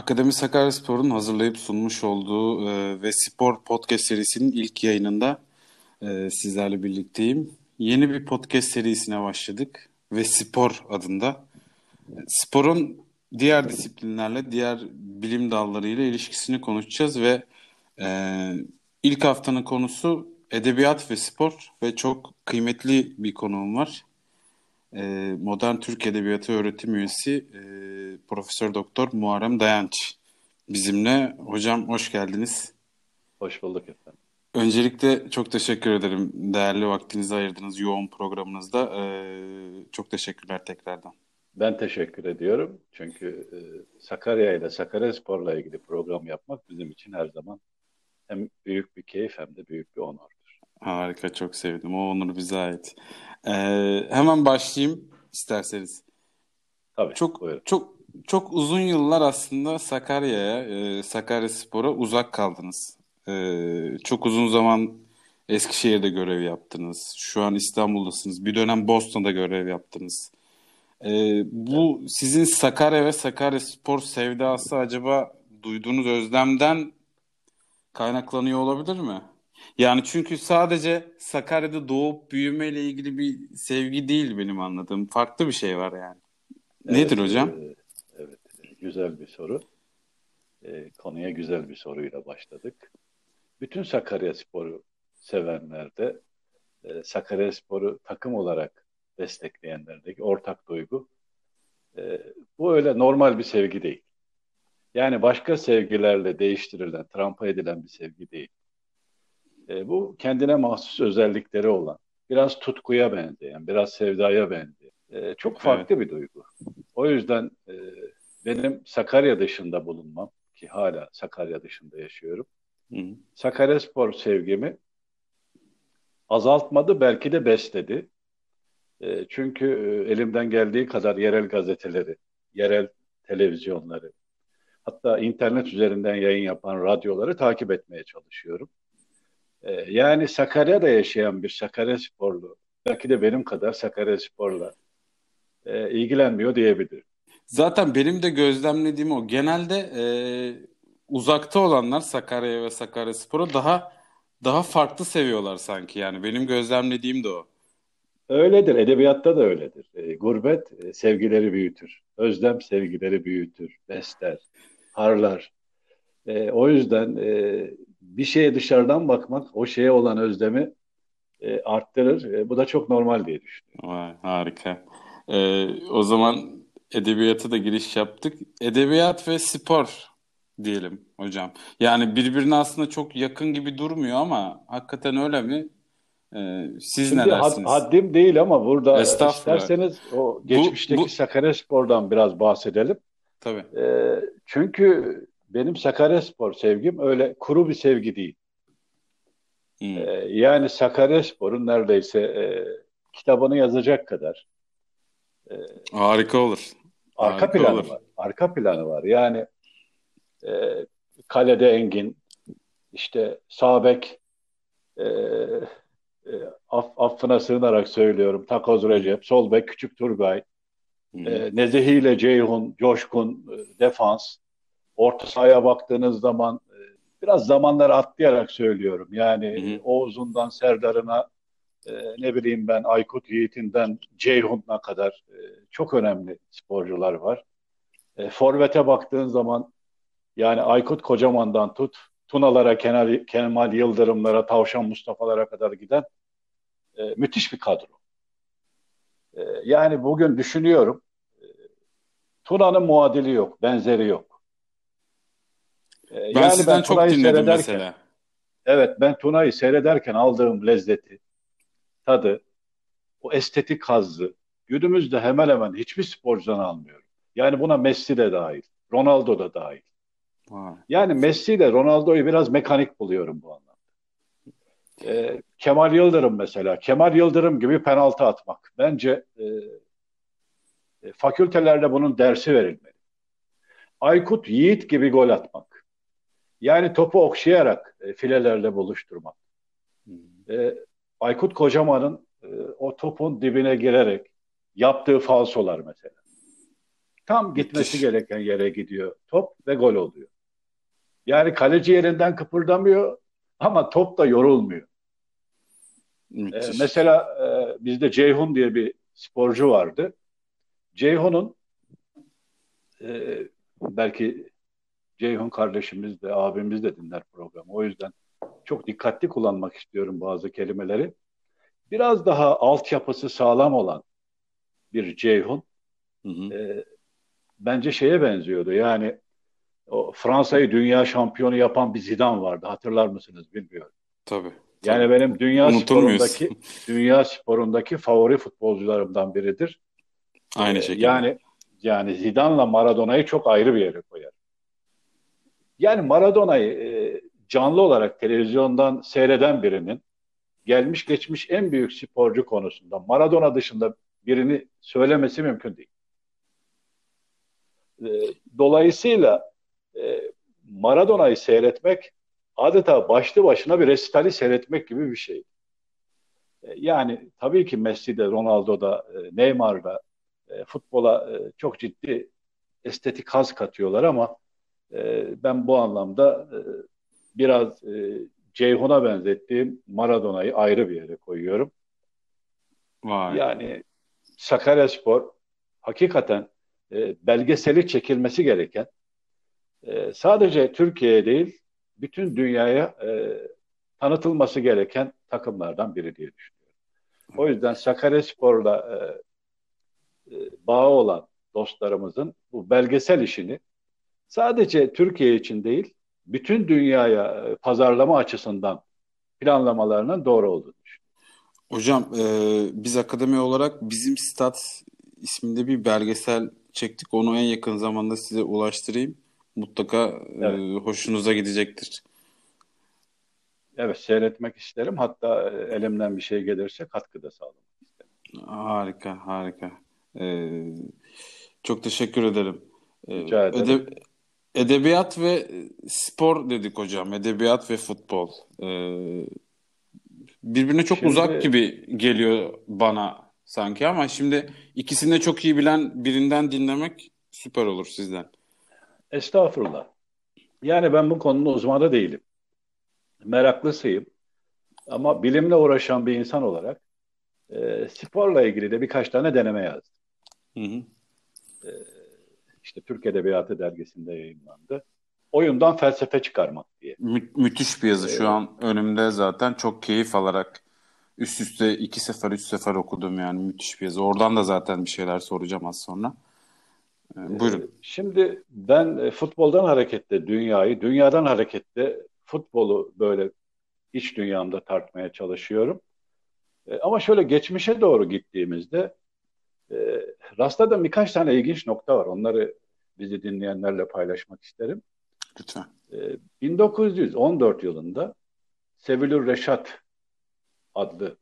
Akademi Sakaryaspor'un hazırlayıp sunmuş olduğu ve spor podcast serisinin ilk yayınında sizlerle birlikteyim. Yeni bir podcast serisine başladık ve Spor adında. Sporun diğer disiplinlerle, diğer bilim dallarıyla ilişkisini konuşacağız ve e, ilk haftanın konusu edebiyat ve spor ve çok kıymetli bir konuğum var. Modern Türk Edebiyatı öğretim üyesi Profesör Doktor Muharrem Dayanç bizimle. Hocam hoş geldiniz. Hoş bulduk efendim. Öncelikle çok teşekkür ederim. Değerli vaktinizi ayırdınız yoğun programınızda. Çok teşekkürler tekrardan. Ben teşekkür ediyorum. Çünkü Sakarya ile Sakaryaspor'la ilgili program yapmak bizim için her zaman hem büyük bir keyif hem de büyük bir onurdur. Harika, çok sevdim. O onur bize ait. Hemen başlayayım isterseniz. Tabii, Çok buyurun. çok çok uzun yıllar aslında Sakarya'ya, Sakaryaspor'a uzak kaldınız. Çok uzun zaman Eskişehir'de görev yaptınız. Şu an İstanbul'dasınız. Bir dönem Boston'da görev yaptınız. Evet. Bu sizin Sakarya ve Sakaryaspor sevdası acaba duyduğunuz özlemden kaynaklanıyor olabilir mi? Yani çünkü sadece Sakarya'da doğup büyümeyle ilgili bir sevgi değil benim anladığım. Farklı bir şey var yani. Nedir Evet, hocam? evet, güzel bir soru. Konuya güzel bir soruyla başladık. Bütün Sakaryaspor'u sevenlerde, Sakaryaspor'u takım olarak destekleyenlerdeki ortak duygu, e, bu öyle normal bir sevgi değil. Yani başka sevgilerle değiştirilen, trampa edilen bir sevgi değil. Bu kendine mahsus özellikleri olan, biraz tutkuya benzeyen, biraz sevdaya benzeyen, çok Evet. farklı bir duygu. O yüzden benim Sakarya dışında bulunmam, ki hala Sakarya dışında yaşıyorum, Hı. Sakaryaspor sevgimi azaltmadı, belki de besledi. Çünkü elimden geldiği kadar yerel gazeteleri, yerel televizyonları, hatta internet üzerinden yayın yapan radyoları takip etmeye çalışıyorum. Yani Sakarya'da yaşayan bir Sakaryasporlu, belki de benim kadar Sakaryaspor'la ilgilenmiyor diyebilirim. Zaten benim de gözlemlediğim o. Genelde uzakta olanlar Sakarya ve Sakaryaspor'u daha farklı seviyorlar sanki yani. Benim gözlemlediğim de o. Öyledir, edebiyatta da öyledir. Gurbet sevgileri büyütür, özlem sevgileri büyütür, besler, harlar. O yüzden bir şeye dışarıdan bakmak o şeye olan özlemi arttırır. Bu da çok normal diye düşünüyorum. Vay, harika. O zaman edebiyata da giriş yaptık. Edebiyat ve spor diyelim hocam. Yani birbirine aslında çok yakın gibi durmuyor ama hakikaten öyle mi? Siz ne Şimdi dersiniz? haddim değil ama burada Estağfurullah. isterseniz o geçmişteki Bu Sakaryaspor'dan biraz bahsedelim. tabii. Çünkü benim Sakaryaspor sevgim öyle kuru bir sevgi değil. Hmm. Yani Sakaryaspor'un neredeyse kitabını yazacak kadar Harika olur. arka Harika planı olur. var. Arka planı var. Yani e, kalede Engin, işte sağ bek, e, affına sığınarak söylüyorum, Takoz Hı Recep, sol bek Küçük Turgay, hı. Nezihi ile Ceyhun, Coşkun, defans. Orta sahaya baktığınız zaman biraz zamanları atlayarak söylüyorum. Yani Hı hı. Oğuz'undan Serdar'ına, ne bileyim ben Aykut Yiğit'inden Ceyhun'a kadar çok önemli sporcular var. Forvet'e baktığın zaman yani Aykut Kocaman'dan tut, Tunalara, Kemal Yıldırımlara, Tavşan Mustafa'lara kadar giden müthiş bir kadro. Yani bugün düşünüyorum, Tuna'nın muadili yok, benzeri yok. Ben Yani sizden ben çok Tuna'yı dinledim seyrederken, mesela. evet ben Tuna'yı seyrederken aldığım lezzeti, tadı, o estetik hazzı günümüzde hemen hemen hiçbir sporcudan almıyorum. Yani buna Messi de dahil, Ronaldo da dahil. Vay. Yani Messi ile Ronaldo'yu biraz mekanik buluyorum bu anlamda. Kemal Yıldırım mesela, Kemal Yıldırım gibi penaltı atmak. Bence fakültelerde bunun dersi verilmeli. Aykut Yiğit gibi gol atmak. Yani topu okşayarak filelerle buluşturmak. Hı hı. E, Aykut Kocaman'ın o topun dibine girerek yaptığı falsolar mesela. Tam gitmesi Müthiş. gereken yere gidiyor top ve gol oluyor. Yani kaleci yerinden kıpırdamıyor ama top da yorulmuyor. Müthiş. Mesela bizde Ceyhun diye bir sporcu vardı. Ceyhun'un e, belki Ceyhun kardeşimiz de abimiz de dinler programı. O yüzden çok dikkatli kullanmak istiyorum bazı kelimeleri. Biraz daha altyapısı sağlam olan bir Ceyhun Hı hı. e, bence şeye benziyordu. Yani o Fransa'yı dünya şampiyonu yapan bir Zidane vardı. Hatırlar mısınız bilmiyorum. Tabii. Yani Tabii. benim Unutur muyuz? dünya sporundaki favori futbolcularımdan biridir. Aynı şekilde. Yani Zidane'la Maradona'yı çok ayrı bir yere koyar. Yani Maradona'yı canlı olarak televizyondan seyreden birinin gelmiş geçmiş en büyük sporcu konusunda Maradona dışında birini söylemesi mümkün değil. Dolayısıyla e, Maradona'yı seyretmek adeta başlı başına bir resitali seyretmek gibi bir şey. Yani tabii ki Messi'de, Ronaldo'da, Neymar'da futbola çok ciddi estetik haz katıyorlar ama ben bu anlamda biraz Ceyhun'a benzettiğim Maradona'yı ayrı bir yere koyuyorum. Vay. Yani Sakaryaspor hakikaten belgeseli çekilmesi gereken sadece Türkiye'ye değil bütün dünyaya tanıtılması gereken takımlardan biri diye düşünüyorum. O yüzden Sakaryaspor'la bağı olan dostlarımızın bu belgesel işini sadece Türkiye için değil bütün dünyaya pazarlama açısından planlamalarının doğru olduğunu düşünüyorum. Hocam biz akademi olarak Bizim Stat isminde bir belgesel çektik. Onu en yakın zamanda size ulaştırayım. Mutlaka Evet. hoşunuza gidecektir. Evet, seyretmek isterim. Hatta elimden bir şey gelirse katkı da sağlamak isterim. Harika, harika. E, Çok teşekkür ederim. E, Rica ederim. öde- Edebiyat ve spor dedik hocam. Edebiyat ve futbol. Birbirine çok uzak Şimdi gibi geliyor bana sanki ama şimdi ikisini de çok iyi bilen birinden dinlemek süper olur sizden. estağfurullah. Yani ben bu konunun uzmanı değilim. Meraklısıyım. Ama bilimle uğraşan bir insan olarak sporla ilgili de birkaç tane deneme yazdım. Hı hı. E, işte Türk Edebiyatı dergisinde yayınlandı. Oyundan felsefe çıkarmak diye. Müthiş bir yazı şu E, an önümde zaten çok keyif alarak üst üste iki sefer üç sefer okudum yani müthiş bir yazı. Oradan da zaten bir şeyler soracağım az sonra. Buyurun. şimdi ben futboldan hareketle dünyadan hareketle futbolu böyle iç dünyamda tartmaya çalışıyorum. Ama şöyle geçmişe doğru gittiğimizde e, rastladığım birkaç tane ilginç nokta var. Onları bizi dinleyenlerle paylaşmak isterim. Lütfen. 1914 yılında Sevilür Reşat adlı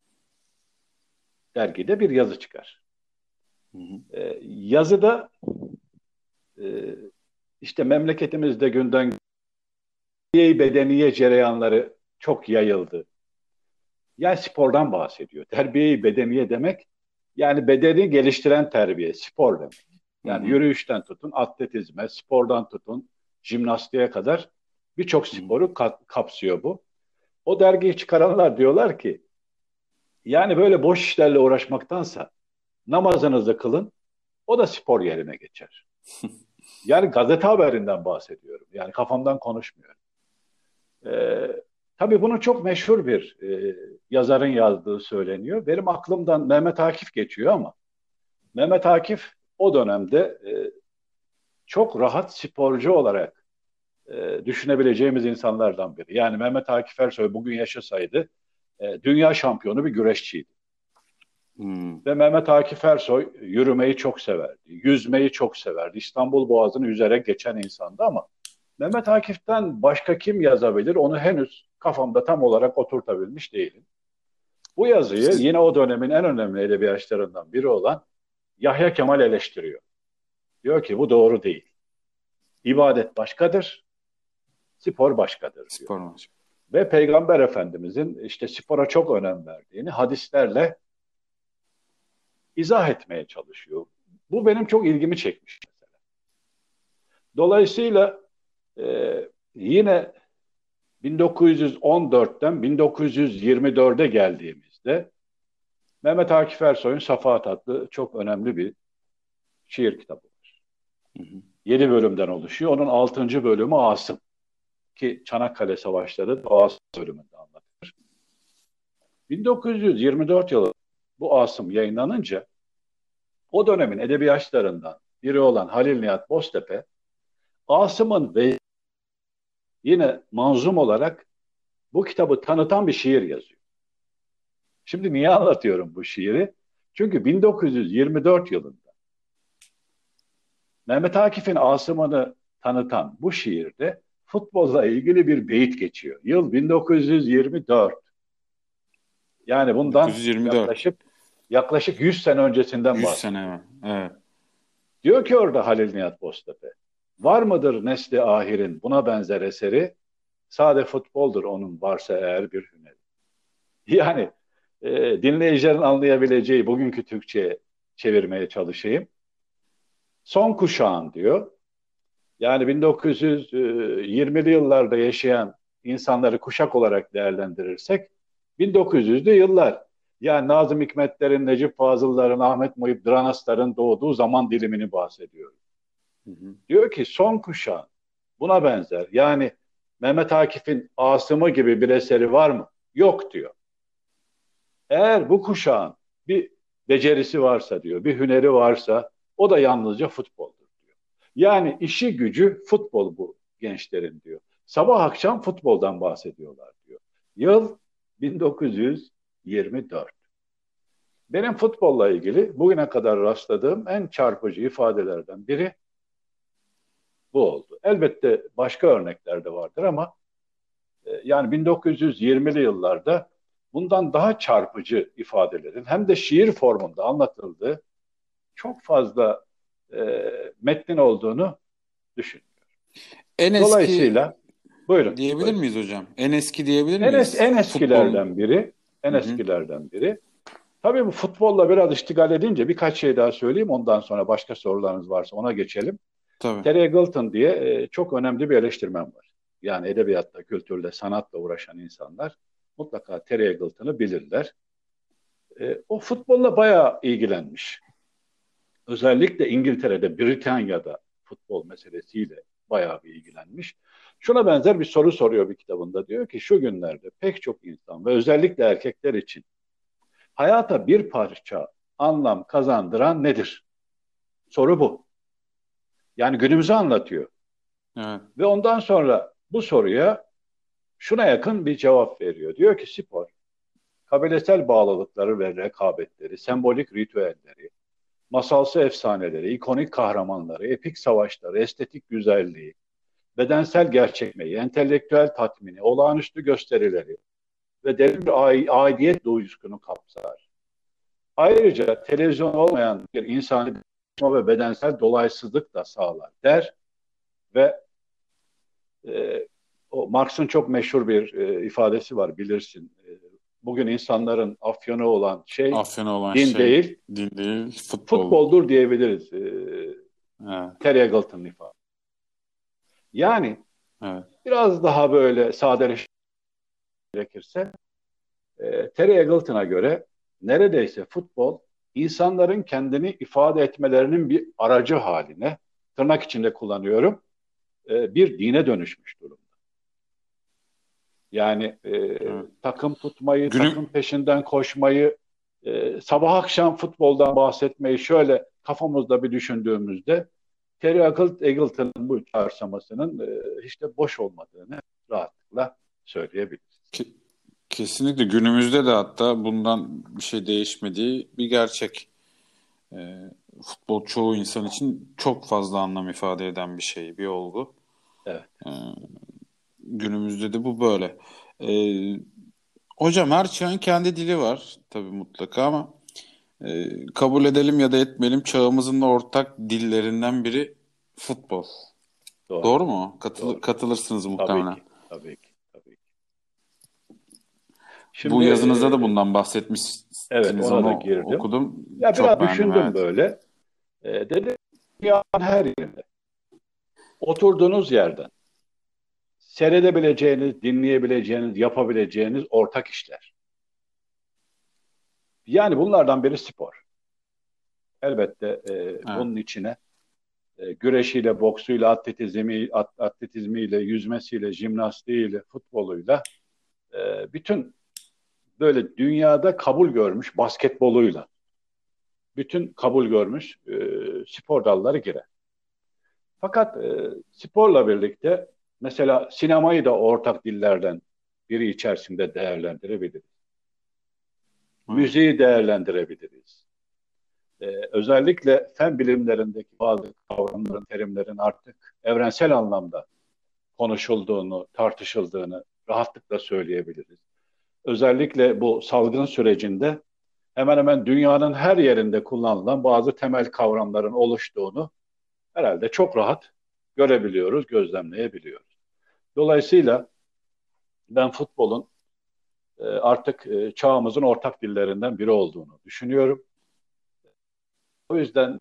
dergide bir yazı çıkar. Hı hı. Yazıda e, işte memleketimizde günden bedeniye cereyanları çok yayıldı. Yani spordan bahsediyor. Terbiye-i bedeniye demek yani bedeni geliştiren terbiye, spor demek. Hı Yani hı. yürüyüşten tutun atletizme, spordan tutun jimnastiğe kadar birçok Hı hı. sporu kapsıyor bu. O dergiyi çıkaranlar diyorlar ki yani böyle boş işlerle uğraşmaktansa namazınızı kılın, o da spor yerine geçer. Yani gazete haberinden bahsediyorum. Yani kafamdan konuşmuyorum. Ee, tabii bunu çok meşhur bir yazarın yazdığı söyleniyor. Benim aklımdan Mehmet Akif geçiyor ama Mehmet Akif o dönemde çok rahat sporcu olarak düşünebileceğimiz insanlardan biri. Yani Mehmet Akif Ersoy bugün yaşasaydı dünya şampiyonu bir güreşçiydi. Hı. Ve Mehmet Akif Ersoy yürümeyi çok severdi, yüzmeyi çok severdi. İstanbul Boğazı'nı yüzerek geçen insandı ama Mehmet Akif'ten başka kim yazabilir onu henüz kafamda tam olarak oturtabilmiş değilim. Bu yazıyı yine o dönemin en önemli edebiyatçılarından biri olan Yahya Kemal eleştiriyor. Diyor ki bu doğru değil. İbadet başkadır, spor başkadır diyor. Spor maçı. Ve Peygamber Efendimizin işte spora çok önem verdiğini hadislerle izah etmeye çalışıyor. Bu benim çok ilgimi çekmiş. Dolayısıyla e, yine 1914'ten 1924'e geldiğimizde Mehmet Akif Ersoy'un Safahat adlı çok önemli bir şiir kitabı var. Hı hı. 7 bölümden oluşuyor. Onun 6. bölümü Asım, ki Çanakkale Savaşları da Asım bölümünde anlatılır. 1924 yılı bu Asım yayınlanınca o dönemin edebiyatçılarından biri olan Halil Nihat Boztepe, Asım'ın ve yine manzum olarak bu kitabı tanıtan bir şiir yazıyor. Şimdi niye anlatıyorum bu şiiri? Çünkü 1924 yılında Mehmet Akif'in Asım'ını tanıtan bu şiirde futbolla ilgili bir beyit geçiyor. Yıl 1924. Yani bundan 1924. yaklaşık 100 sene öncesinden 100 sene bahsediyor. mi? Evet. Diyor ki orada Halil Nihat Boztepe, var mıdır nesli ahirin buna benzer eseri? Sade futboldur onun varsa eğer bir hüneri. Yani dinleyicilerin anlayabileceği bugünkü Türkçe'ye çevirmeye çalışayım. Son kuşağın diyor. Yani 1920'li yıllarda yaşayan insanları kuşak olarak değerlendirirsek 1900'lü yıllar. Yani Nazım Hikmetlerin, Necip Fazılların, Ahmet Muhip Dranasların doğduğu zaman dilimini bahsediyor. Hı hı. Diyor ki son kuşağın buna benzer. Yani Mehmet Akif'in Asım'ı gibi bir eseri var mı? Yok diyor. Eğer bu kuşağın bir becerisi varsa diyor, bir hüneri varsa o da yalnızca futboldur diyor. Yani işi gücü futbol bu gençlerin diyor. Sabah akşam futboldan bahsediyorlar diyor. Yıl 1924. Benim futbolla ilgili bugüne kadar rastladığım en çarpıcı ifadelerden biri bu oldu. Elbette başka örnekler de vardır ama yani 1920'li yıllarda bundan daha çarpıcı ifadelerin hem de şiir formunda anlatıldığı çok fazla metnin olduğunu düşünüyorum. En eski Dolayısıyla buyurun, diyebilir buyurun. miyiz hocam? En eski diyebilir En miyiz? Futbol. eskilerden biri, en Hı hı. eskilerden biri. Tabii bu futbolla biraz iştigal edince birkaç şey daha söyleyeyim. Ondan sonra başka sorularınız varsa ona geçelim. Tabii. Terry Eagleton diye çok önemli bir eleştirmen var. Yani edebiyatta, kültürle, sanatla uğraşan insanlar mutlaka Terry Eagleton'ı bilirler. O futbolla bayağı ilgilenmiş. Özellikle İngiltere'de, Britanya'da futbol meselesiyle bayağı bir ilgilenmiş. Şuna benzer bir soru soruyor bir kitabında. Diyor ki şu günlerde pek çok insan ve özellikle erkekler için hayata bir parça anlam kazandıran nedir? Soru bu. Yani günümüzü anlatıyor. Evet. Ve ondan sonra bu soruya şuna yakın bir cevap veriyor. Diyor ki spor, kabilesel bağlılıkları ve rekabetleri, sembolik ritüelleri, masalsı efsaneleri, ikonik kahramanları, epik savaşları, estetik güzelliği, bedensel gerçekmeyi, entelektüel tatmini, olağanüstü gösterileri ve derin bir aidiyet duygusunu kapsar. Ayrıca televizyon olmayan bir insani ve bedensel dolaysızlık da sağlar der ve e, o Marx'ın çok meşhur bir ifadesi var bilirsin. Bugün insanların afyonu olan şey Afyon'a olan din şey değil, din değil, futbol. futboldur diyebiliriz. Evet. Terry Eagleton'ın ifade. Yani Evet. biraz daha böyle sadeleşmek gerekirse Terry Eagleton'a göre neredeyse futbol insanların kendini ifade etmelerinin bir aracı haline, tırnak içinde kullanıyorum, bir dine dönüşmüş durumda. Yani Evet. takım tutmayı, takım Günüm peşinden koşmayı, sabah akşam futboldan bahsetmeyi şöyle kafamızda bir düşündüğümüzde Terry Eagleton'ın bu çağrışamasının hiç de boş olmadığını rahatlıkla söyleyebiliriz. Ke- kesinlikle günümüzde de hatta bundan bir şey değişmediği bir gerçek. Ee, Futbol çoğu insan için çok fazla anlam ifade eden bir şey, bir olgu. Evet, Ee, Günümüzde de bu böyle. Ee, Hocam her çağın kendi dili var tabii mutlaka ama kabul edelim ya da etmeyelim çağımızın da ortak dillerinden biri futbol. doğru, Doğru mu? doğru. Katılırsınız Tabii muhtemelen. ki, tabii ki, tabii ki. Bu Şimdi yazınızda da bundan evet bahsetmiştiniz, ona da onu girdim. okudum. Ya biraz Çok beğendim, düşündüm evet. böyle. Dedi dünyanın her yerinde, oturduğunuz yerden seyredebileceğiniz, dinleyebileceğiniz, yapabileceğiniz ortak işler. Yani bunlardan biri spor. Elbette Evet. bunun içine güreşiyle, boksuyla, atletizmiyle, yüzmesiyle, jimnastiğiyle, futboluyla, bütün böyle dünyada kabul görmüş basketboluyla, bütün kabul görmüş spor dalları girer. Fakat sporla birlikte mesela sinemayı da ortak dillerden biri içerisinde değerlendirebiliriz. Evet. Müziği değerlendirebiliriz. Özellikle fen bilimlerindeki bazı kavramların, terimlerin artık evrensel anlamda konuşulduğunu, tartışıldığını rahatlıkla söyleyebiliriz. Özellikle bu salgın sürecinde hemen hemen dünyanın her yerinde kullanılan bazı temel kavramların oluştuğunu herhalde çok rahat görebiliyoruz, gözlemleyebiliyoruz. Dolayısıyla ben futbolun artık çağımızın ortak dillerinden biri olduğunu düşünüyorum. O yüzden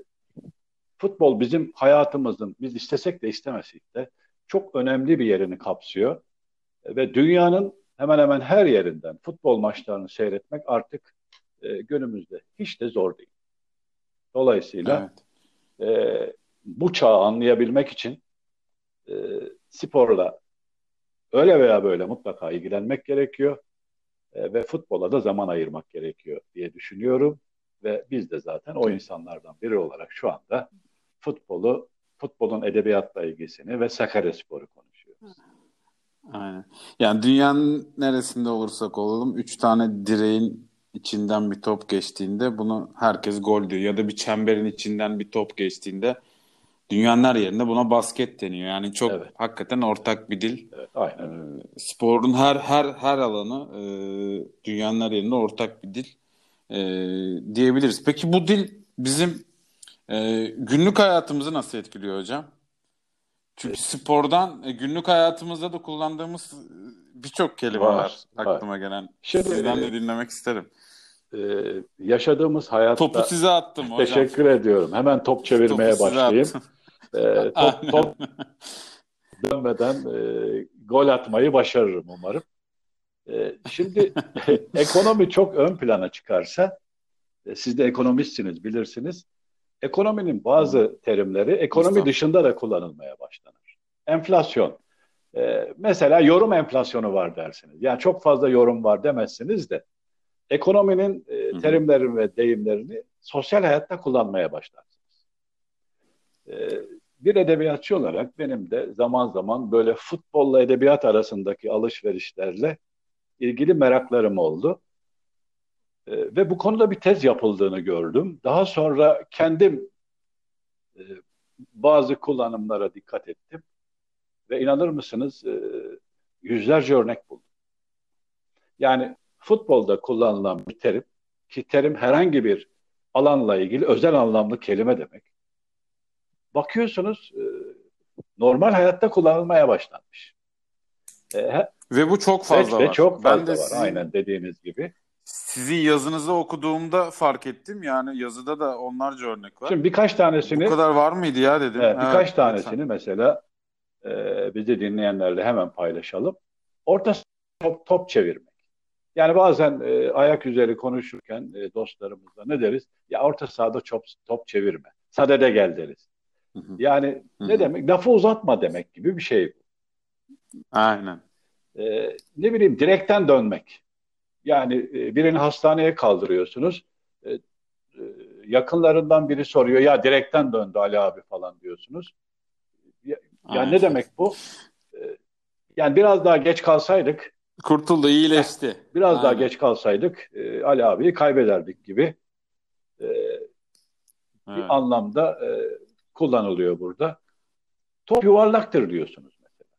futbol bizim hayatımızın, biz istesek de istemesek de çok önemli bir yerini kapsıyor. Ve dünyanın hemen hemen her yerinden futbol maçlarını seyretmek artık günümüzde hiç de zor değil. Dolayısıyla Evet. e, bu çağı anlayabilmek için e, sporla öyle veya böyle mutlaka ilgilenmek gerekiyor ve futbola da zaman ayırmak gerekiyor diye düşünüyorum. Ve biz de zaten o insanlardan biri olarak şu anda futbolun edebiyatla ilgisini ve Sakaryaspor'u konuşuyoruz. Aynen. Yani dünyanın neresinde olursak olalım, üç tane direğin içinden bir top geçtiğinde bunu herkes gol diyor. Ya da bir çemberin içinden bir top geçtiğinde dünyanın her yerinde buna basket deniyor. Yani çok Evet, hakikaten ortak bir dil. evet, Ee, aynen öyle. sporun her alanı dünyanın her yerinde ortak bir dil diyebiliriz. Peki bu dil bizim günlük hayatımızı nasıl etkiliyor hocam? E, Çünkü spordan günlük hayatımızda da kullandığımız birçok kelime var var, var. aklıma gelen. Şimdi Sizden de dinlemek isterim. yaşadığımız Topu hayatta size attım hocam. teşekkür ediyorum. Hemen top Topu çevirmeye size başlayayım. attım. Top Aynen. dönmeden gol atmayı başarırım umarım. Şimdi ekonomi çok ön plana çıkarsa, siz de ekonomistsiniz bilirsiniz. Ekonominin Hı hı. bazı terimleri ekonomi Estağfurullah. dışında da kullanılmaya başlanır. Enflasyon. Mesela yorum enflasyonu var dersiniz. Yani çok fazla yorum var demezsiniz de ekonominin Hı hı. terimlerini ve deyimlerini sosyal hayatta kullanmaya başlarsınız. E, Bir edebiyatçı olarak benim de zaman zaman böyle futbolla edebiyat arasındaki alışverişlerle ilgili meraklarım oldu. Ve bu konuda bir tez yapıldığını gördüm. Daha sonra kendim e, bazı kullanımlara dikkat ettim ve inanır mısınız yüzlerce örnek buldum. Yani futbolda kullanılan bir terim, ki terim herhangi bir alanla ilgili özel anlamlı kelime demek. Bakıyorsunuz normal hayatta kullanılmaya başlanmış. E, Ve bu çok ve, fazla ve var. çok Ben de fazla var aynen sizin dediğiniz gibi. sizin yazınızı okuduğumda fark ettim. Yani yazıda da onlarca örnek var. Şimdi birkaç Bu tanesini kadar var mıydı ya dedim. Evet, birkaç lütfen. tanesini mesela bizi dinleyenlerle hemen paylaşalım. Orta top çevirmek. Yani bazen ayak üzeri konuşurken dostlarımızla ne deriz? Ya orta sahada top çevirme. Sadede gel deriz. Hı hı. Yani Hı ne hı. demek? Lafı uzatma demek gibi bir şey bu. Aynen. Ne bileyim direkten dönmek. Yani birini hastaneye kaldırıyorsunuz. E, e, Yakınlarından biri soruyor ya direkten döndü Ali abi falan diyorsunuz. Ya Aynen. ne demek bu? Yani biraz daha geç kalsaydık, Kurtuldu, heh, iyileşti. biraz daha Aynen. geç kalsaydık Ali abiyi kaybederdik gibi e, bir Evet. anlamda kullanılıyor burada. Top yuvarlaktır diyorsunuz mesela.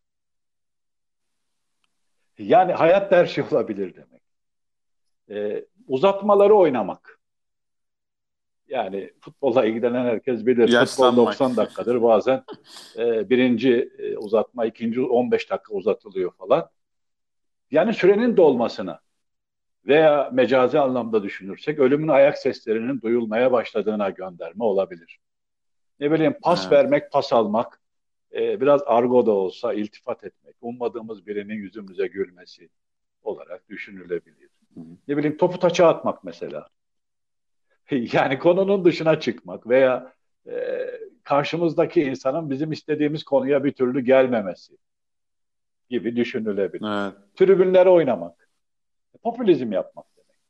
Yani hayat her şey olabilir demek. Uzatmaları oynamak. Yani futbolla ilgilenen herkes bilir. Futbol Yaşlanmak. 90 dakikadır. Bazen birinci uzatma, ikinci 15 dakika uzatılıyor falan. Yani sürenin dolmasına. Veya mecazi anlamda düşünürsek ölümün ayak seslerinin duyulmaya başladığına gönderme olabilir. Ne bileyim pas Evet. vermek, pas almak, biraz argo da olsa iltifat etmek, ummadığımız birinin yüzümüze gülmesi olarak düşünülebilir. Hı hı. Ne bileyim topu taça atmak mesela. Yani konunun dışına çıkmak veya karşımızdaki insanın bizim istediğimiz konuya bir türlü gelmemesi gibi düşünülebilir. Evet. Tribünlere oynamak, popülizm yapmak demek.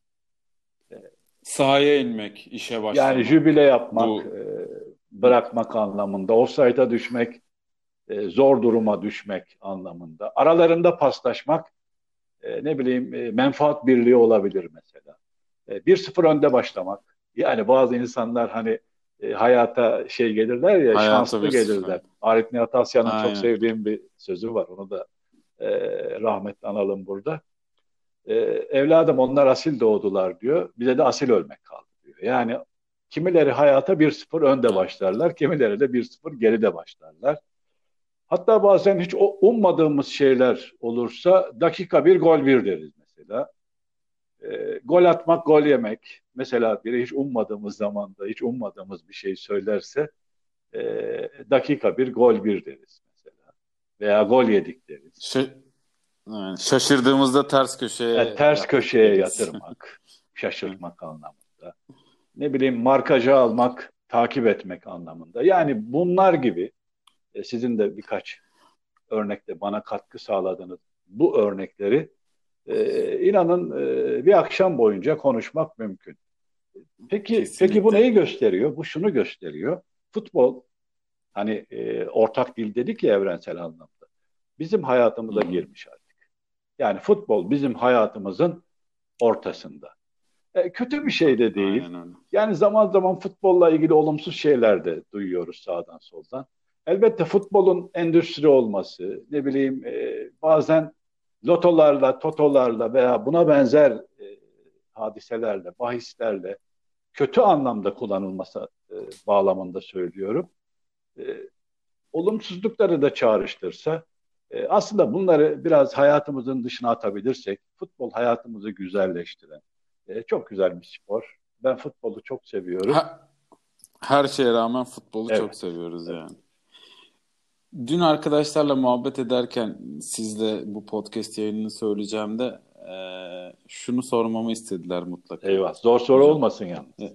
Sahaya inmek, işe Yani jübile başlamak. yapmak, Bu bırakmak anlamında, ofsayta düşmek, zor duruma düşmek anlamında. Aralarında paslaşmak, ne bileyim menfaat birliği olabilir mesela. 1-0 önde başlamak. Yani bazı insanlar hani hayata şey gelirler ya, hayata şanslı bir sıfır. gelirler. Arif Nihat Asya'nın çok Aynen. sevdiğim bir sözü var. Onu da rahmetle analım burada. Evladım onlar asil doğdular diyor. Bize de asil ölmek kaldı diyor. Yani kimileri hayata 1-0 önde Evet. başlarlar. Kimileri de 1-0 geride başlarlar. Hatta bazen hiç ummadığımız şeyler olursa dakika bir gol bir deriz mesela. Gol atmak, gol yemek. Mesela biri hiç ummadığımız zamanda, hiç ummadığımız bir şey söylerse e, dakika bir gol bir deriz mesela. Veya gol yedik deriz. Ş- evet. Şaşırdığımızda ters köşeye Ters yattık köşeye deriz. yatırmak, şaşırtmak anlamında. Ne bileyim markajı almak, takip etmek anlamında. Yani bunlar gibi sizin de birkaç örnekte bana katkı sağladığınız bu örnekleri inanın bir akşam boyunca konuşmak mümkün. Peki bu Kesinlikle. neyi gösteriyor? Bu şunu gösteriyor. Futbol hani ortak dil dedik ya evrensel anlamda. Bizim Hı hayatımıza hı. girmiş artık. Yani futbol bizim hayatımızın ortasında. Kötü bir şey de değil. Aynen öyle. Yani zaman zaman futbolla ilgili olumsuz şeyler de duyuyoruz sağdan soldan. Elbette futbolun endüstri olması, ne bileyim bazen lotolarla, totolarla veya buna benzer hadiselerle, bahislerle kötü anlamda kullanılması bağlamında söylüyorum. E, Olumsuzlukları da çağrıştırsa aslında bunları biraz hayatımızın dışına atabilirsek futbol hayatımızı güzelleştiren çok güzel bir spor. Ben futbolu çok seviyorum. Ha- Her şeye rağmen futbolu çok Evet. seviyoruz Evet. yani. Dün arkadaşlarla muhabbet ederken sizle bu podcast yayınını söyleyeceğim de şunu sormamı istediler mutlaka. Eyvah. Zor soru Hocam. olmasın yalnız.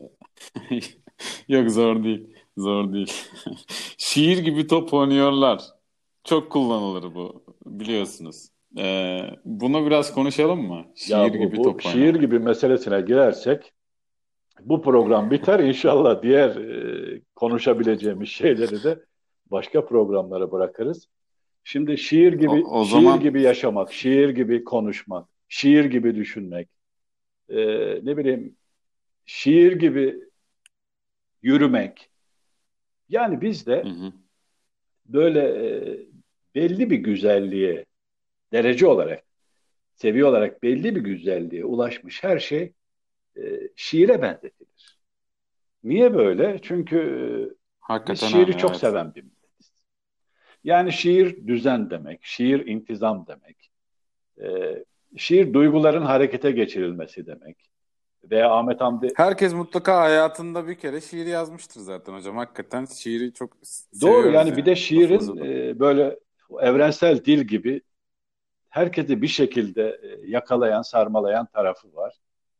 Yok, zor değil. Zor değil. Şiir gibi top oynuyorlar. Çok kullanılır bu, biliyorsunuz. Bunu biraz konuşalım mı? Ya Şiir bu, gibi bu top şiir oynamak. gibi meselesine girersek bu program biter. İnşallah diğer konuşabileceğimiz şeyleri de başka programlara bırakırız. Şimdi O şiir zaman gibi yaşamak, şiir gibi konuşmak, şiir gibi düşünmek, e, ne bileyim şiir gibi yürümek. Yani biz hı de hı, böyle belli bir güzelliğe, derece olarak, seviye olarak belli bir güzelliğe ulaşmış her şey şiire benzetilir. Niye böyle? Çünkü biz hakikaten öyle, şiiri çok evet. seven bir milletiz. Yani şiir düzen demek, şiir intizam demek, e, şiir duyguların harekete geçirilmesi demek. Veya Ahmet Hamdi. Herkes mutlaka hayatında bir kere şiir yazmıştır zaten hocam. Hakikaten şiiri çok Doğru, seviyoruz yani bir de yani. Lafınız şiirin o da. böyle evrensel dil gibi herkesi bir şekilde yakalayan, sarmalayan tarafı var.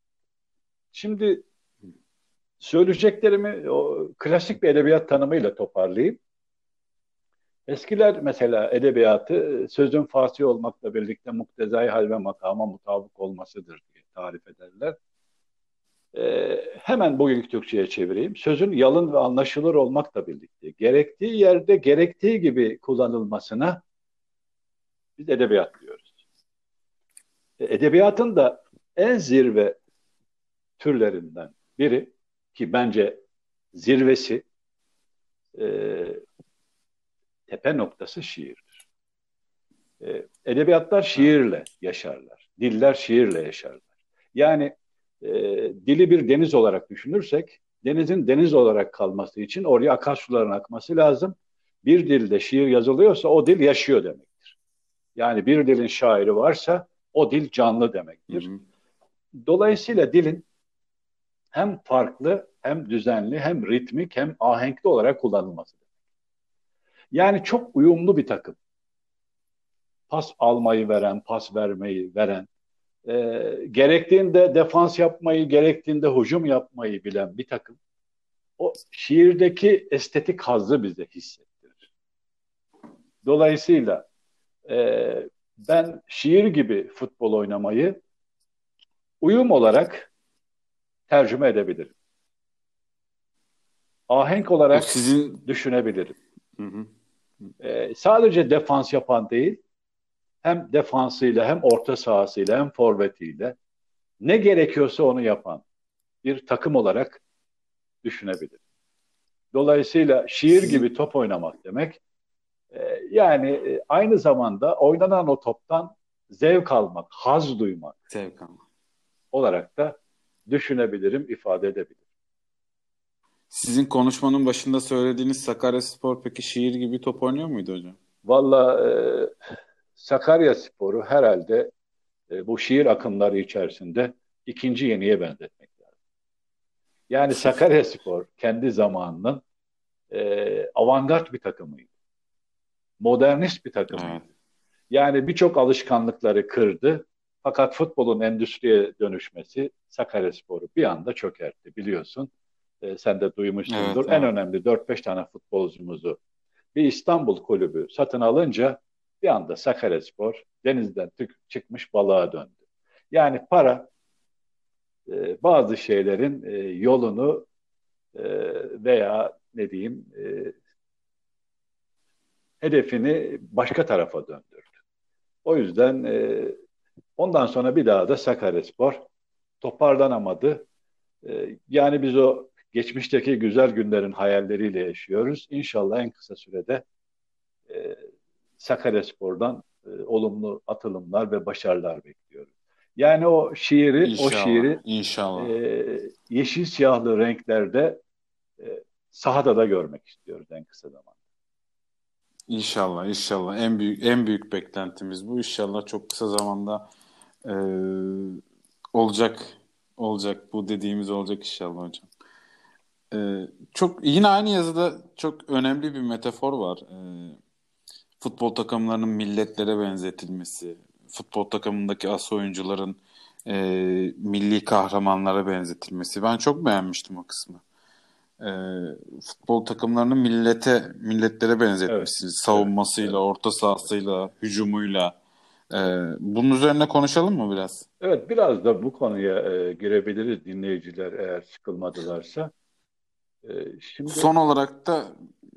Şimdi söyleyeceklerimi o klasik bir edebiyat tanımıyla toparlayayım. Eskiler mesela edebiyatı sözün fasih olmakla birlikte muktezai hal ve makama mutabık olmasıdır diye tarif ederler. Hemen bugünkü Türkçe'ye çevireyim. Sözün yalın ve anlaşılır olmakla birlikte gerektiği yerde gerektiği gibi kullanılmasına biz edebiyat diyoruz. Edebiyatın da en zirve türlerinden biri ki bence zirvesi e, tepe noktası şiirdir. Edebiyatlar Evet. şiirle yaşarlar. Diller şiirle yaşarlar. Yani e, dili bir deniz olarak düşünürsek denizin deniz olarak kalması için oraya akarsuların akması lazım. Bir dilde şiir yazılıyorsa o dil yaşıyor demektir. Yani bir dilin şairi varsa o dil canlı Hı demektir. hı. Dolayısıyla dilin hem farklı, hem düzenli, hem ritmik, hem ahenkli olarak kullanılması. Yani çok uyumlu bir takım. Pas almayı veren, pas vermeyi veren, gerektiğinde defans yapmayı, gerektiğinde hücum yapmayı bilen bir takım. O şiirdeki estetik hazzı bize hissettirir. Dolayısıyla ben şiir gibi futbol oynamayı uyum olarak tercüme edebilirim. Ahenk O olarak sizin. düşünebilirim. Hı hı. Sadece defans yapan değil, hem defansıyla, hem orta sahasıyla, hem forvetiyle ne gerekiyorsa onu yapan bir takım olarak düşünebilirim. Dolayısıyla şiir gibi Sizin top oynamak demek, yani aynı zamanda oynanan o toptan zevk almak, haz duymak zevk alma. olarak da düşünebilirim, ifade edebilirim. Sizin konuşmanın başında söylediğiniz Sakaryaspor peki şiir gibi top oynuyor muydu hocam? Valla Sakaryaspor'u herhalde bu şiir akımları içerisinde ikinci Yeni'ye benzetmek lazım. Yani Sakaryaspor kendi zamanının avantgard bir takımıydı. Modernist bir Evet. takımıydı. Yani birçok alışkanlıkları kırdı. Fakat futbolun endüstriye dönüşmesi Sakaryaspor'u bir anda çökertti biliyorsun. Sen de Evet, duymuşsundur. En evet. önemli 4-5 tane futbolcumuzu bir İstanbul kulübü satın alınca bir anda Sakaryaspor denizden çıkmış balığa döndü. Yani para bazı şeylerin yolunu veya ne diyeyim hedefini başka tarafa döndürdü. O yüzden ondan sonra bir daha da Sakaryaspor toparlanamadı. Yani biz o geçmişteki güzel günlerin hayalleriyle yaşıyoruz. İnşallah en kısa sürede e, Sakaryaspor'dan olumlu atılımlar ve başarılar bekliyoruz. Yani o İnşallah. şiiri İnşallah. yeşil siyahlı renklerde sahada da görmek istiyoruz en kısa zamanda. İnşallah. İnşallah. En büyük beklentimiz bu. İnşallah çok kısa zamanda olacak. Olacak. Bu dediğimiz olacak inşallah hocam. Çok yine aynı yazıda çok önemli bir metafor var. Futbol takımlarının milletlere benzetilmesi, futbol takımındaki as oyuncuların e, milli kahramanlara benzetilmesi. Ben çok beğenmiştim o kısmı. E, Futbol takımlarını milletlere Evet, benzetmişsiniz. evet, Savunmasıyla, evet. orta sahasıyla, hücumuyla. E, Bunun üzerine konuşalım mı biraz? Evet, biraz da bu konuya girebiliriz dinleyiciler eğer sıkılmadılarsa. Şimdi Son olarak da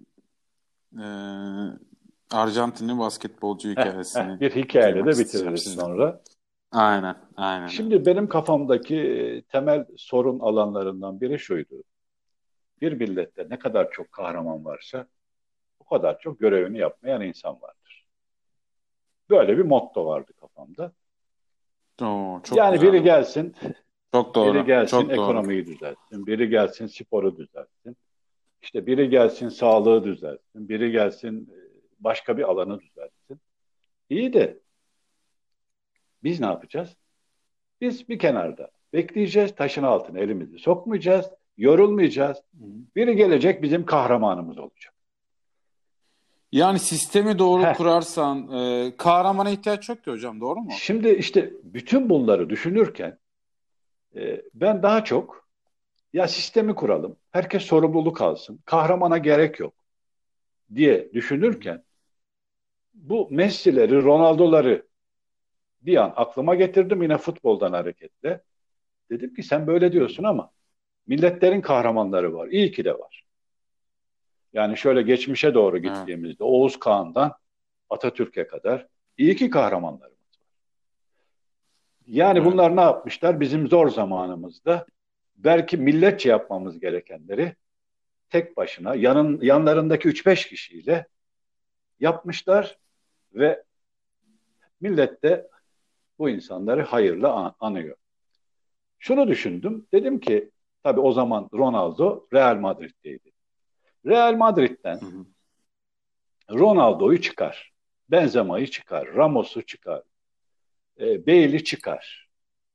e, Arjantinli basketbolcu hikayesini bir hikayeyle duymak de isteyeceğim bitiririz sizden. sonra. Aynen, aynen öyle. Şimdi benim kafamdaki temel sorun alanlarından biri şuydu. Bir millette ne kadar çok kahraman varsa o kadar çok görevini yapmayan insan vardır. Böyle bir motto vardı kafamda. Oo, çok Yani biri güzel. gelsin, Çok biri doğru. gelsin Çok doğru. ekonomiyi düzeltsin, biri gelsin sporu düzeltsin, işte biri gelsin sağlığı düzeltsin, biri gelsin başka bir alanı düzeltsin. İyi de biz ne yapacağız? Biz bir kenarda bekleyeceğiz, taşın altına elimizi sokmayacağız, yorulmayacağız. Biri gelecek bizim kahramanımız olacak. Yani sistemi doğru Heh, kurarsan kahramana ihtiyaç yok ki hocam, doğru mu? şimdi işte bütün bunları düşünürken ben daha çok ya sistemi kuralım, herkes sorumluluk alsın, kahramana gerek yok diye Hı hı. düşünürken bu Messi'leri, Ronaldo'ları bir an aklıma getirdim yine futboldan hareketle. Dedim ki sen böyle Hı diyorsun ama milletlerin kahramanları var. İyi ki de var. Yani şöyle geçmişe doğru Evet, gittiğimizde Oğuz Kağan'dan Atatürk'e kadar iyi ki kahramanlarımız var. Yani evet, bunlar ne yapmışlar? Bizim zor zamanımızda belki milletçe yapmamız gerekenleri tek başına yanlarındaki 3-5 kişiyle yapmışlar ve millet de bu insanları hayırla anıyor. Şunu düşündüm. Dedim ki tabii o zaman Ronaldo Real Madrid'deydi. Real Madrid'den hı hı. Ronaldo'yu çıkar. Benzema'yı çıkar. Ramos'u çıkar. Bale'i çıkar.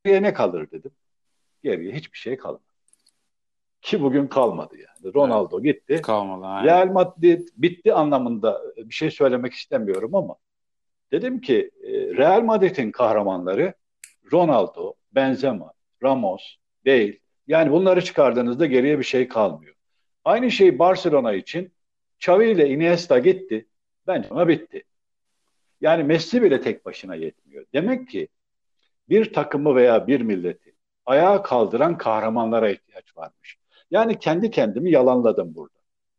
Geriye ne kalır dedim. Geriye hiçbir şey kalmadı. Ki bugün kalmadı yani. Evet. Ronaldo gitti. Kalmadı aynen. Real Madrid bitti anlamında bir şey söylemek istemiyorum ama dedim ki Real Madrid'in kahramanları Ronaldo, Benzema, Ramos, Bale. Yani bunları çıkardığınızda geriye bir şey kalmıyor. Aynı şey Barcelona için Xavi ile Iniesta gitti. Bence bitti. Yani Messi bile tek başına yetmiyor. Demek ki bir takımı veya bir milleti ayağa kaldıran kahramanlara ihtiyaç varmış. Yani kendi kendimi yalanladım burada.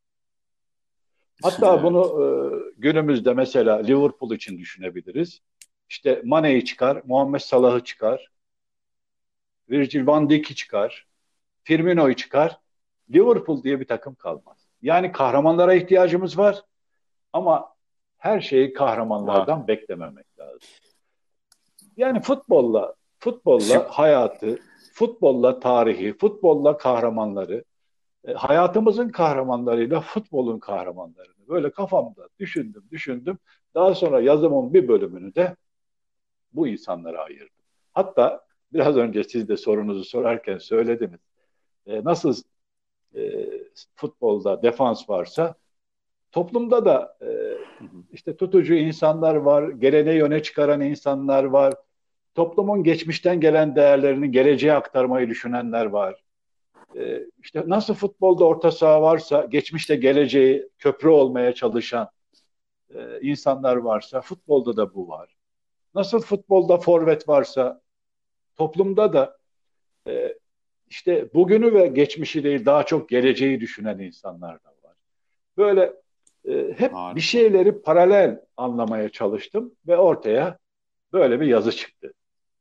Hatta bunu Evet. günümüzde mesela Liverpool için düşünebiliriz. İşte Mane'yi çıkar, Muhammed Salah'ı çıkar, Virgil van Dijk'i çıkar, Firmino'yu çıkar. Liverpool diye bir takım kalmaz. Yani kahramanlara ihtiyacımız var ama her şeyi Var. kahramanlardan beklememek lazım. Yani futbolla Şimdi, hayatı, futbolla tarihi, futbolla kahramanları, hayatımızın kahramanlarıyla futbolun kahramanlarını böyle kafamda düşündüm. Daha sonra yazımın bir bölümünü de bu insanlara ayırdım. Hatta biraz önce siz de sorunuzu sorarken söylediniz. Nasıl e, futbolda defans varsa toplumda da işte tutucu insanlar var, geleneği öne çıkaran insanlar var, toplumun geçmişten gelen değerlerini geleceğe aktarmayı düşünenler var. İşte nasıl futbolda orta saha varsa, geçmişte geleceği köprü olmaya çalışan insanlar varsa, futbolda da bu var. Nasıl futbolda forvet varsa, toplumda da e, işte bugünü ve geçmişi değil daha çok geleceği düşünen insanlar da var. Böyle hep bir harika. şeyleri paralel anlamaya çalıştım ve ortaya böyle bir yazı çıktı.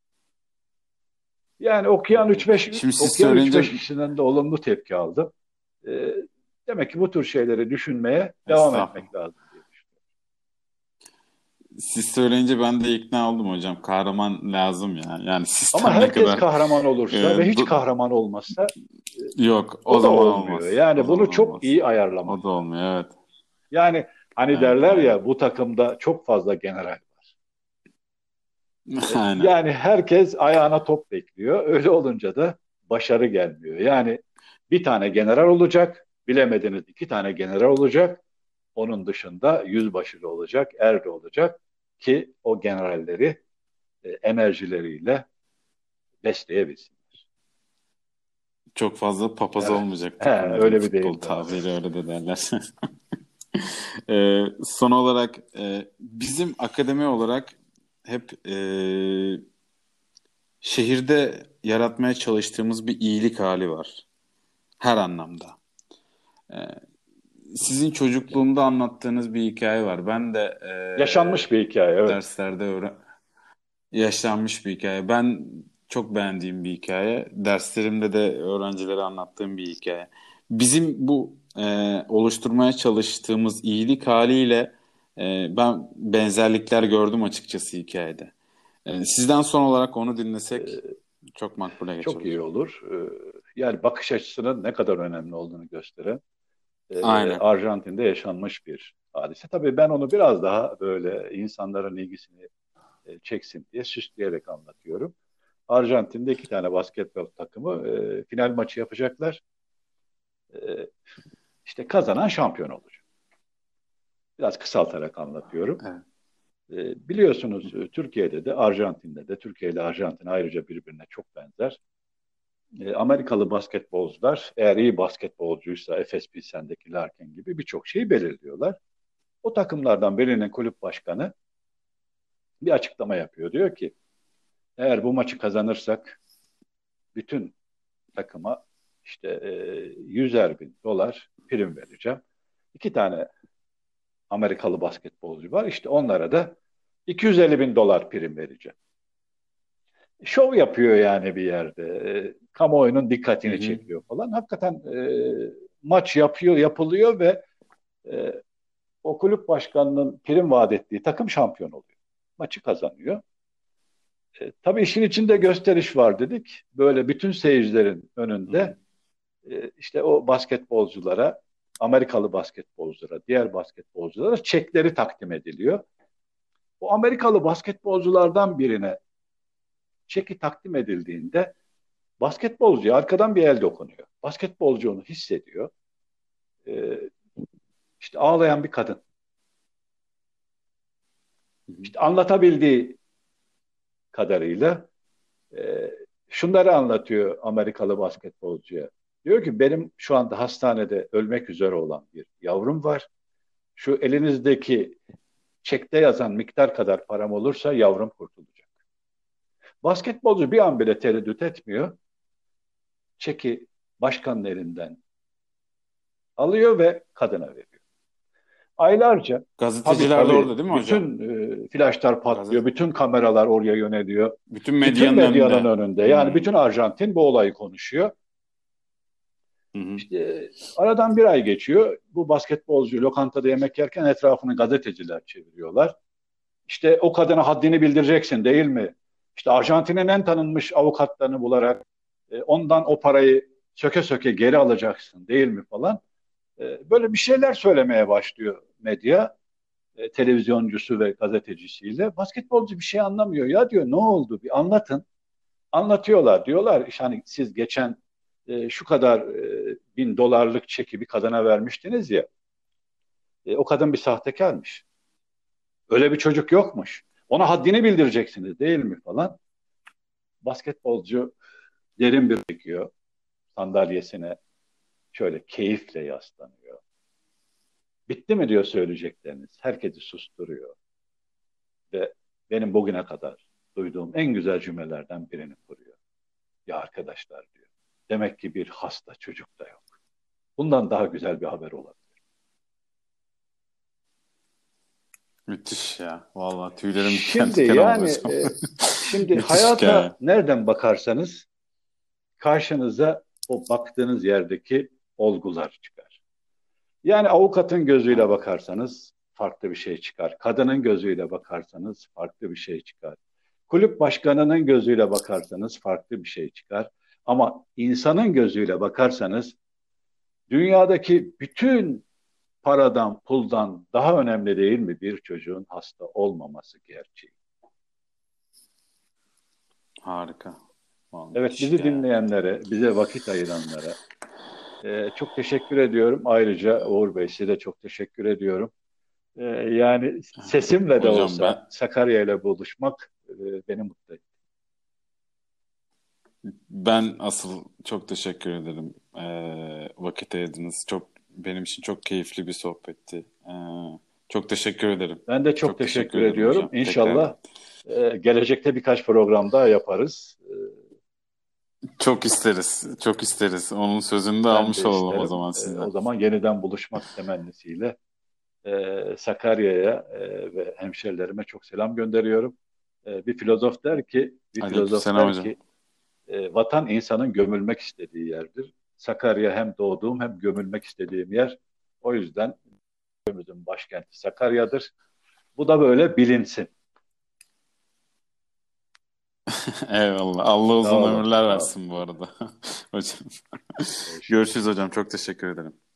Yani okuyan Çok iyi. 3-5 Şimdi siz okuyan üç söyleyince beş kişiden de olumlu tepki aldım. E, Demek ki bu tür şeyleri düşünmeye devam etmek estağfurullah. lazım diye düşünüyorum. Siz söyleyince ben de ikna oldum hocam. Kahraman lazım ya. Yani Ama sistem ne herkes kadar kahraman e, olursa ve hiç du- kahraman olmazsa yok, o o da zaman olmuyor. olmaz. O Yani bunu zaman çok olmaz. iyi O da ayarlamak lazım. olmuyor, evet. Yani hani Evet, derler aynen. ya bu takımda çok fazla general var. Aynen. Yani herkes ayağına top bekliyor. Öyle olunca da başarı gelmiyor. Yani bir tane general olacak, bilemediniz iki tane general olacak. Onun dışında yüzbaşı da olacak, er de olacak ki o generalleri enerjileriyle besleyebilsinler. Çok fazla papaz Evet. olmayacak He, takımların öyle bir futbol deyim var. Evet. tabiri öyle de derler. Son olarak bizim akademi olarak hep şehirde yaratmaya çalıştığımız bir iyilik hali var. Her anlamda. Ee, Sizin çocukluğumda anlattığınız bir hikaye var. Ben de Yaşanmış bir hikaye, evet. derslerde yaşanmış bir hikaye. Ben çok beğendiğim bir hikaye. Derslerimde de öğrencilere anlattığım bir hikaye. Bizim bu oluşturmaya çalıştığımız iyilik haliyle ben benzerlikler gördüm açıkçası hikayede. Sizden son olarak onu dinlesek çok makbule geçer Çok iyi hocam. olur. Yani bakış açısının ne kadar önemli olduğunu gösteren Aynen. Arjantin'de yaşanmış bir hadise. Tabii ben onu biraz daha böyle insanların ilgisini çeksin diye süsleyerek anlatıyorum. Arjantin'de iki tane basketbol takımı final maçı yapacaklar. E, işte kazanan şampiyon olacak. Biraz kısaltarak anlatıyorum. Evet. Biliyorsunuz Türkiye'de de Arjantin'de de Türkiye ile Arjantin ayrıca birbirine çok benzer. Amerikalı basketbolcular eğer iyi basketbolcuysa Efes Pilsen'deki Larkin gibi birçok şeyi belirliyorlar. O takımlardan birinin kulüp başkanı bir açıklama yapıyor. Diyor ki eğer bu maçı kazanırsak bütün takıma işte 100'er bin dolar prim vereceğim. İki tane Amerikalı basketbolcu var. İşte onlara da 250 bin dolar prim vereceğim. Şov yapıyor yani bir yerde. Kamuoyunun Hı dikkatini hı. çekiyor falan. Hakikaten maç yapılıyor ve e, o kulüp başkanının prim vaat ettiği takım şampiyon oluyor. Maçı kazanıyor. Tabii işin içinde gösteriş var dedik. Böyle bütün seyircilerin Hı hı. önünde işte o basketbolculara, Amerikalı basketbolculara, diğer basketbolculara çekleri takdim ediliyor. O Amerikalı basketbolculardan birine çeki takdim edildiğinde basketbolcuya arkadan bir el dokunuyor. Basketbolcu onu hissediyor. E, işte ağlayan bir kadın. Hı hı. İşte anlatabildiği kadarıyla şunları anlatıyor Amerikalı basketbolcuya. Diyor ki benim şu anda hastanede ölmek üzere olan bir yavrum var. Şu elinizdeki çekte yazan miktar kadar param olursa yavrum kurtulacak. Basketbolcu bir an bile tereddüt etmiyor. Çeki başkanın elinden alıyor ve kadına veriyor. Aylarca tabii Gazeteciler de tabii orada değil mi hocam? bütün flaşlar patlıyor, Gazete bütün kameralar oraya yöneliyor. bütün Bütün medyanın medyanın önünde. önünde. Yani Hmm. bütün Arjantin bu olayı konuşuyor. Hı hı. İşte aradan bir ay geçiyor. Bu basketbolcu lokantada yemek yerken etrafını gazeteciler çeviriyorlar. İşte o kadına haddini bildireceksin değil mi? İşte Arjantin'in en tanınmış avukatlarını bularak ondan o parayı söke söke geri alacaksın değil mi falan. Böyle bir şeyler söylemeye başlıyor medya, televizyoncusu ve gazetecisiyle. Basketbolcu bir şey anlamıyor. Ya diyor ne oldu bir anlatın. Anlatıyorlar. Diyorlar işte hani siz geçen şu kadar bin dolarlık çeki bir kadına vermiştiniz ya. O kadın bir sahtekarmış. Öyle bir çocuk yokmuş. Ona haddini bildireceksiniz değil mi falan. Basketbolcu derin bir çekiyor. Sandalyesine şöyle keyifle yaslanıyor. Bitti mi diyor söyleyecekleriniz. Herkesi susturuyor. Ve benim bugüne kadar duyduğum en güzel cümlelerden birini kuruyor. Ya arkadaşlar diyor. Demek ki bir hasta çocuk da yok. Bundan daha güzel bir haber olabilir. Müthiş ya. Vallahi tüylerim diken Şimdi diken oldu yani hocam. şimdi Müthiş hikaye. hayata nereden bakarsanız karşınıza o baktığınız yerdeki olgular çıkar. Yani avukatın gözüyle bakarsanız farklı bir şey çıkar. Kadının gözüyle bakarsanız farklı bir şey çıkar. Kulüp başkanının gözüyle bakarsanız farklı bir şey çıkar. Ama insanın gözüyle bakarsanız dünyadaki bütün paradan, puldan daha önemli değil mi bir çocuğun hasta olmaması gerçeği? Harika. Vallahi Evet, müthiş bizi hikaye. dinleyenlere, bize vakit ayıranlara çok teşekkür ediyorum. Ayrıca Uğur Bey size de çok teşekkür ediyorum. Yani sesimle de Hocam olsa Sakarya ile buluşmak beni mutlu etti. ben asıl çok teşekkür ederim. Vakit ayırdınız. Benim için çok keyifli bir sohbetti. Çok teşekkür ederim. Ben de çok Çok teşekkür teşekkür ederim ediyorum. hocam. İnşallah Tekrardan. gelecekte birkaç program daha yaparız. Çok isteriz. Çok isteriz. Onun sözünü de Ben almış de olalım o isterim. zaman O sizden. zaman yeniden buluşmak temennisiyle Sakarya'ya ve hemşerilerime çok selam gönderiyorum. Bir filozof Aleykümselam der hocam. ki, vatan insanın gömülmek istediği yerdir. Sakarya hem doğduğum hem gömülmek istediğim yer. O yüzden ülkemizin başkenti Sakarya'dır. Bu da böyle bilinsin. Eyvallah. Allah Sağ uzun olun, ömürler sağ olun. versin bu arada. Hocam. Görüşürüz. Görüşürüz hocam. Çok teşekkür ederim.